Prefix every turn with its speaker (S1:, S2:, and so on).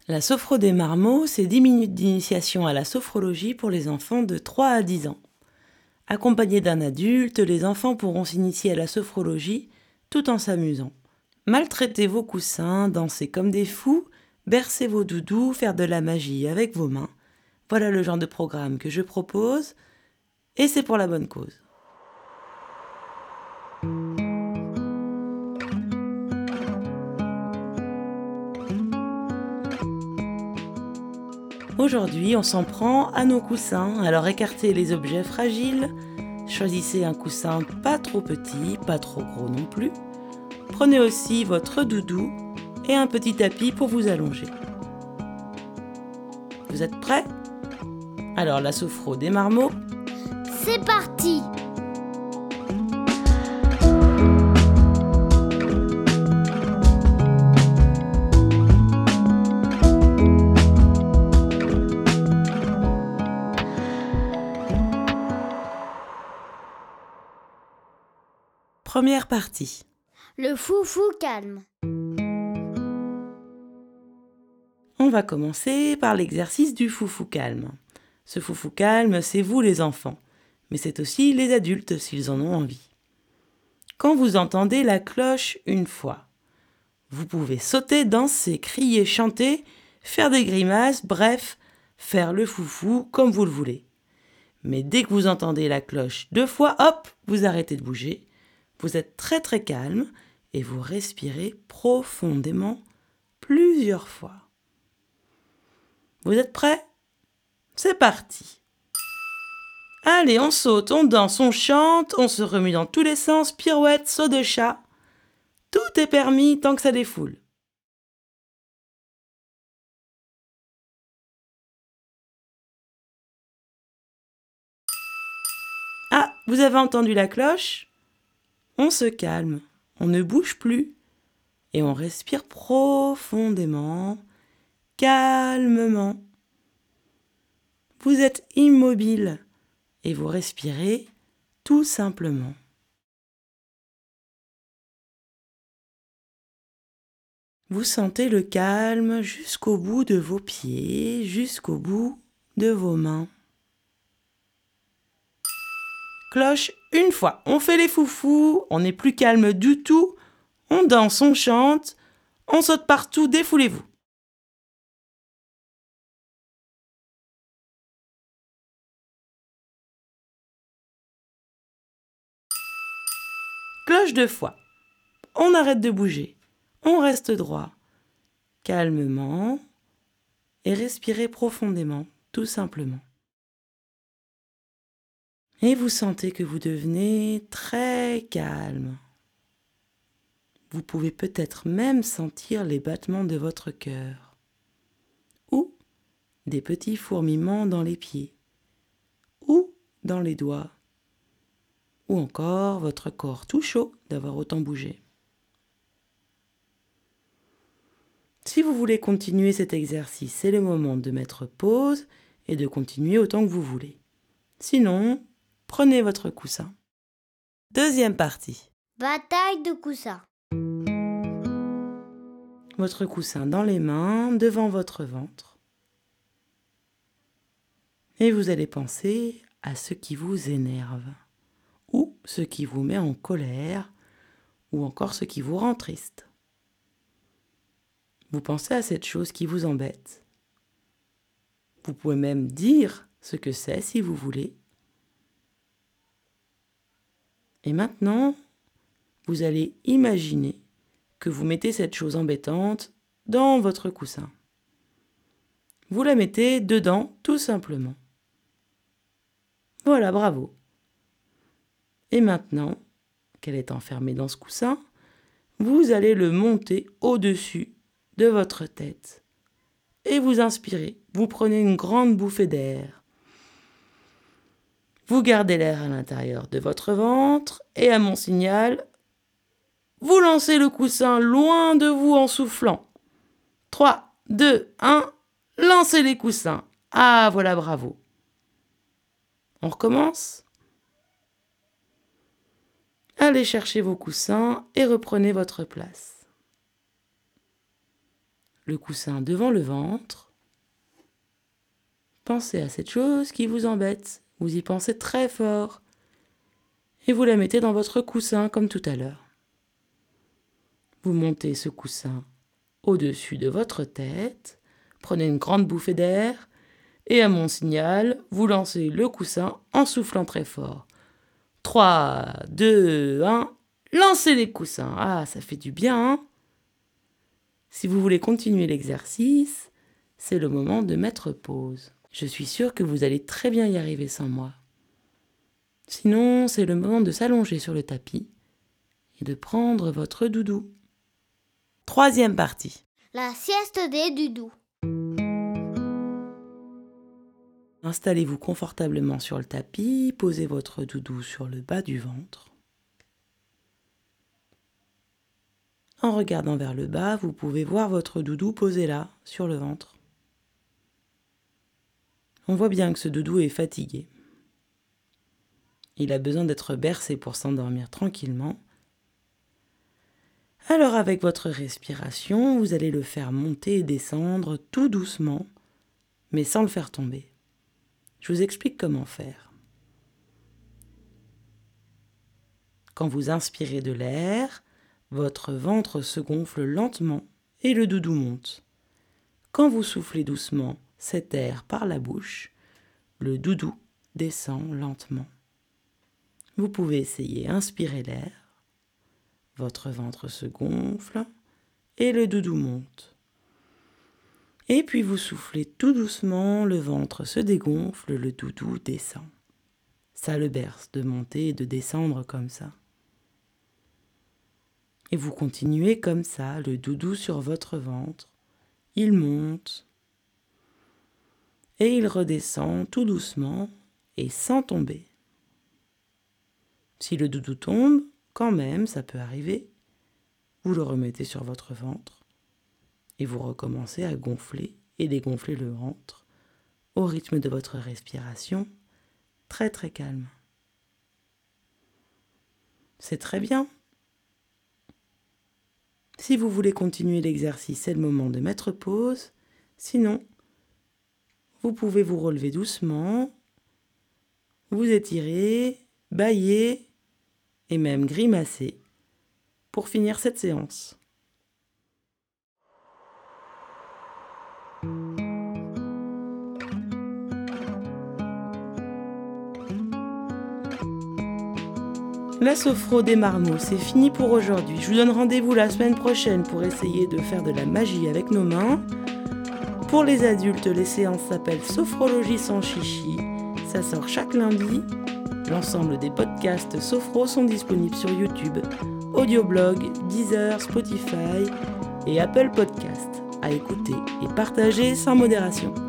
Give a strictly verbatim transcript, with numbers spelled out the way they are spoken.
S1: La sophro des marmots, c'est dix minutes d'initiation à la sophrologie pour les enfants de trois à dix ans. Accompagnés d'un adulte, les enfants pourront s'initier à la sophrologie tout en s'amusant. Maltraitez vos coussins, dansez comme des fous, bercez vos doudous, faire de la magie avec vos mains. Voilà le genre de programme que je propose et c'est pour la bonne cause. Aujourd'hui, on s'en prend à nos coussins, alors écartez les objets fragiles, choisissez un coussin pas trop petit, pas trop gros non plus. Prenez aussi votre doudou et un petit tapis pour vous allonger. Vous êtes prêts ? Alors la sophro des marmots,
S2: c'est parti!
S1: première partie.
S2: Le foufou calme.
S1: On va commencer par l'exercice du foufou calme. Ce foufou calme, c'est vous les enfants, mais c'est aussi les adultes s'ils en ont envie. Quand vous entendez la cloche une fois, vous pouvez sauter, danser, crier, chanter, faire des grimaces, bref, faire le foufou comme vous le voulez. Mais dès que vous entendez la cloche deux fois, hop, vous arrêtez de bouger. Vous êtes très très calme et vous respirez profondément plusieurs fois. Vous êtes prêts ? C'est parti. Allez, on saute, on danse, on chante, on se remue dans tous les sens, pirouette, saut de chat. Tout est permis tant que ça défoule. Ah, vous avez entendu la cloche ? On se calme, on ne bouge plus et on respire profondément, calmement. Vous êtes immobile et vous respirez tout simplement. Vous sentez le calme jusqu'au bout de vos pieds, jusqu'au bout de vos mains. Cloche une fois, on fait les foufous, on n'est plus calme du tout, on danse, on chante, on saute partout, défoulez-vous. Cloche deux fois, on arrête de bouger, on reste droit, calmement et respirez profondément, tout simplement. Et vous sentez que vous devenez très calme. Vous pouvez peut-être même sentir les battements de votre cœur ou des petits fourmillements dans les pieds ou dans les doigts ou encore votre corps tout chaud d'avoir autant bougé. Si vous voulez continuer cet exercice, c'est le moment de mettre pause et de continuer autant que vous voulez. Sinon, prenez votre coussin. Deuxième partie.
S2: Bataille de coussins.
S1: Votre coussin dans les mains, devant votre ventre. Et vous allez penser à ce qui vous énerve, ou ce qui vous met en colère, ou encore ce qui vous rend triste. Vous pensez à cette chose qui vous embête. Vous pouvez même dire ce que c'est si vous voulez. Et maintenant, vous allez imaginer que vous mettez cette chose embêtante dans votre coussin. Vous la mettez dedans tout simplement. Voilà, bravo. Et maintenant qu'elle est enfermée dans ce coussin, vous allez le monter au-dessus de votre tête. Et vous inspirez, vous prenez une grande bouffée d'air. Vous gardez l'air à l'intérieur de votre ventre et à mon signal, vous lancez le coussin loin de vous en soufflant. trois, deux, un, lancez les coussins. Ah, voilà, bravo. On recommence ? Allez chercher vos coussins et reprenez votre place. le coussin devant le ventre. Pensez à cette chose qui vous embête. Vous y pensez très fort. Et vous la mettez dans votre coussin comme tout à l'heure. Vous montez ce coussin au-dessus de votre tête. Prenez une grande bouffée d'air. Et à mon signal, vous lancez le coussin en soufflant très fort. trois, deux, un, lancez les coussins. Ah, ça fait du bien, hein ? Si vous voulez continuer l'exercice, c'est le moment de mettre pause. Je suis sûre que vous allez très bien y arriver sans moi. Sinon, c'est le moment de s'allonger sur le tapis et de prendre votre doudou. Troisième partie.
S2: La sieste des doudous.
S1: Installez-vous confortablement sur le tapis, posez votre doudou sur le bas du ventre. En regardant vers le bas, vous pouvez voir votre doudou posé là, sur le ventre. On voit bien que ce doudou est fatigué. Il a besoin d'être bercé pour s'endormir tranquillement. Alors avec votre respiration, vous allez le faire monter et descendre tout doucement, mais sans le faire tomber. Je vous explique comment faire. Quand vous inspirez de l'air, votre ventre se gonfle lentement et le doudou monte. Quand vous soufflez doucement cet air par la bouche, le doudou descend lentement. Vous pouvez essayer, inspirez l'air, votre ventre se gonfle et le doudou monte. Et puis vous soufflez tout doucement, le ventre se dégonfle, le doudou descend. Ça le berce de monter et de descendre comme ça. Et vous continuez comme ça, le doudou sur votre ventre. Il monte et il redescend tout doucement et sans tomber. Si le doudou tombe, quand même, ça peut arriver, vous le remettez sur votre ventre et vous recommencez à gonfler et dégonfler le ventre au rythme de votre respiration, très très calme. C'est très bien. Si vous voulez continuer l'exercice, c'est le moment de mettre pause. Sinon, vous pouvez vous relever doucement, vous étirer, bâiller et même grimacer pour finir cette séance. La sophro des marmots, c'est fini pour aujourd'hui. Je vous donne rendez-vous la semaine prochaine pour essayer de faire de la magie avec nos mains. Pour les adultes, les séances s'appellent Sophrologie sans chichi. Ça sort chaque lundi. L'ensemble des podcasts sophro sont disponibles sur YouTube, Audioblog, Deezer, Spotify et Apple Podcasts. À écouter et partager sans modération.